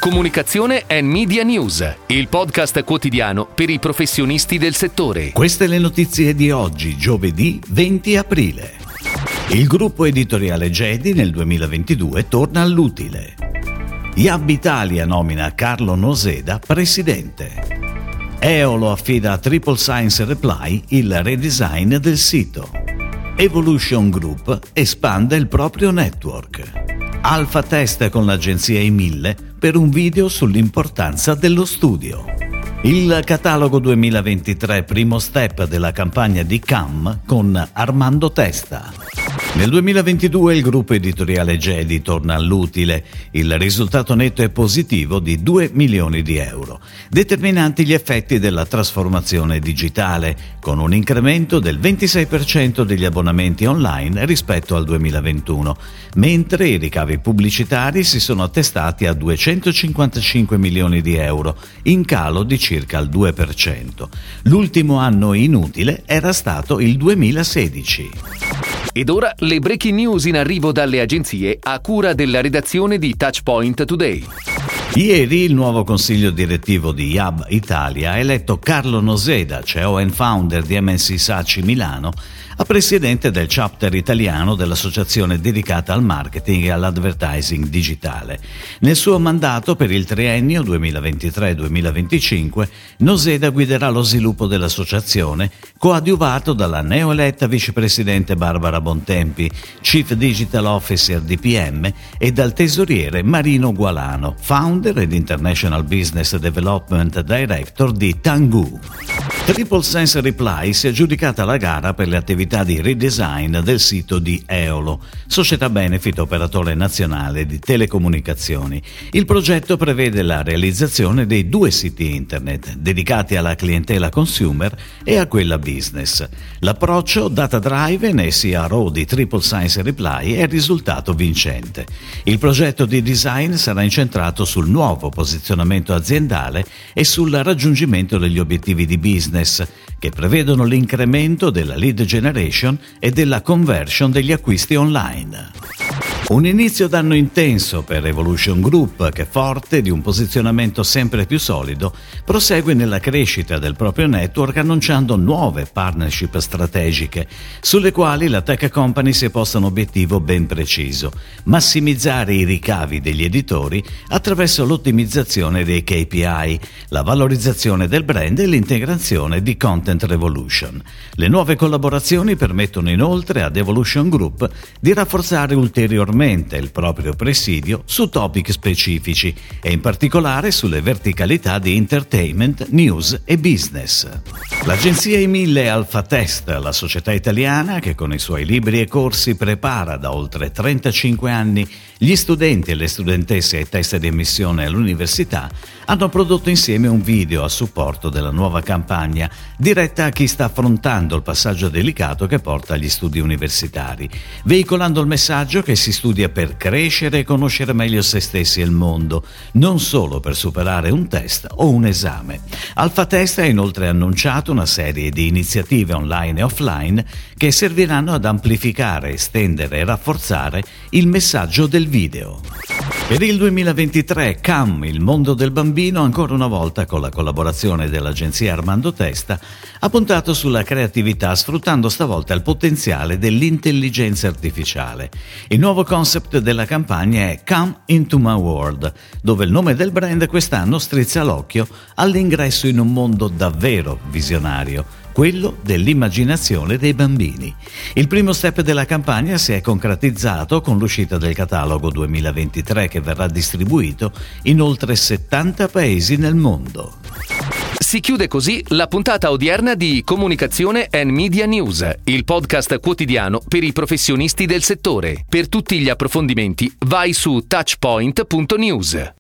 Comunicazione and Media News, il podcast quotidiano per i professionisti del settore. Queste le notizie di oggi, giovedì 20 aprile. Il gruppo editoriale Gedi nel 2022 torna all'utile. Yab Italia nomina Carlo Noseda presidente. Eolo affida a Triple Science Reply il redesign del sito. Evolution Group espande il proprio network. Alfa test con l'agenzia I1000 per un video sull'importanza dello studio. Il catalogo 2023, primo step della campagna di CAM con Armando Testa. Nel 2022 il gruppo editoriale Gedi torna all'utile. Il risultato netto è positivo di 2 milioni di euro, determinanti gli effetti della trasformazione digitale, con un incremento del 26% degli abbonamenti online rispetto al 2021, mentre i ricavi pubblicitari si sono attestati a 255 milioni di euro, in calo di circa il 2%. L'ultimo anno inutile era stato il 2016. Ed ora le breaking news in arrivo dalle agenzie a cura della redazione di Touchpoint Today. Ieri il nuovo consiglio direttivo di Yab Italia ha eletto Carlo Noseda, CEO and founder di MNC Saatchi Milano, a presidente del chapter italiano dell'associazione dedicata al marketing e all'advertising digitale. Nel suo mandato per il triennio 2023-2025, Noseda guiderà lo sviluppo dell'associazione, coadiuvato dalla neoeletta vicepresidente Barbara Bontempi, Chief Digital Officer di PM, e dal tesoriere Marino Gualano, founder ed International Business Development Director di Tangu. Triple Science Reply si è aggiudicata la gara per le attività di redesign del sito di Eolo, società benefit operatore nazionale di telecomunicazioni. Il progetto prevede la realizzazione dei 2 siti internet dedicati alla clientela consumer e a quella business. L'approccio data driven e CRO di Triple Science Reply è il risultato vincente. Il progetto di design sarà incentrato sul nuovo posizionamento aziendale e sul raggiungimento degli obiettivi di business che prevedono l'incremento della lead generation e della conversion degli acquisti online. Un inizio d'anno intenso per Evolution Group che, forte di un posizionamento sempre più solido, prosegue nella crescita del proprio network annunciando nuove partnership strategiche sulle quali la tech company si è posta un obiettivo ben preciso: massimizzare i ricavi degli editori attraverso l'ottimizzazione dei KPI, la valorizzazione del brand e l'integrazione di Content Revolution. Le nuove collaborazioni permettono inoltre ad Evolution Group di rafforzare ulteriormente il proprio presidio su topic specifici e in particolare sulle verticalità di entertainment, news e business. L'agenzia I1000 Alfa Test, la società italiana che con i suoi libri e corsi prepara da oltre 35 anni gli studenti e le studentesse ai test di ammissione all'università, hanno prodotto insieme un video a supporto della nuova campagna diretta a chi sta affrontando il passaggio delicato che porta agli studi universitari, veicolando il messaggio che si studia per crescere e conoscere meglio se stessi e il mondo, non solo per superare un test o un esame. Alfa Test ha inoltre annunciato una serie di iniziative online e offline che serviranno ad amplificare, estendere e rafforzare il messaggio del video. Per il 2023 CAM, il mondo del bambino, ancora una volta con la collaborazione dell'agenzia Armando Testa, ha puntato sulla creatività sfruttando stavolta il potenziale dell'intelligenza artificiale. Il nuovo concept della campagna è Come into my world, dove il nome del brand quest'anno strizza l'occhio all'ingresso in un mondo davvero visionario, quello dell'immaginazione dei bambini. Il primo step della campagna si è concretizzato con l'uscita del catalogo 2023 che verrà distribuito in oltre 70 paesi nel mondo. Si chiude così la puntata odierna di Comunicazione and Media News, il podcast quotidiano per i professionisti del settore. Per tutti gli approfondimenti vai su touchpoint.news.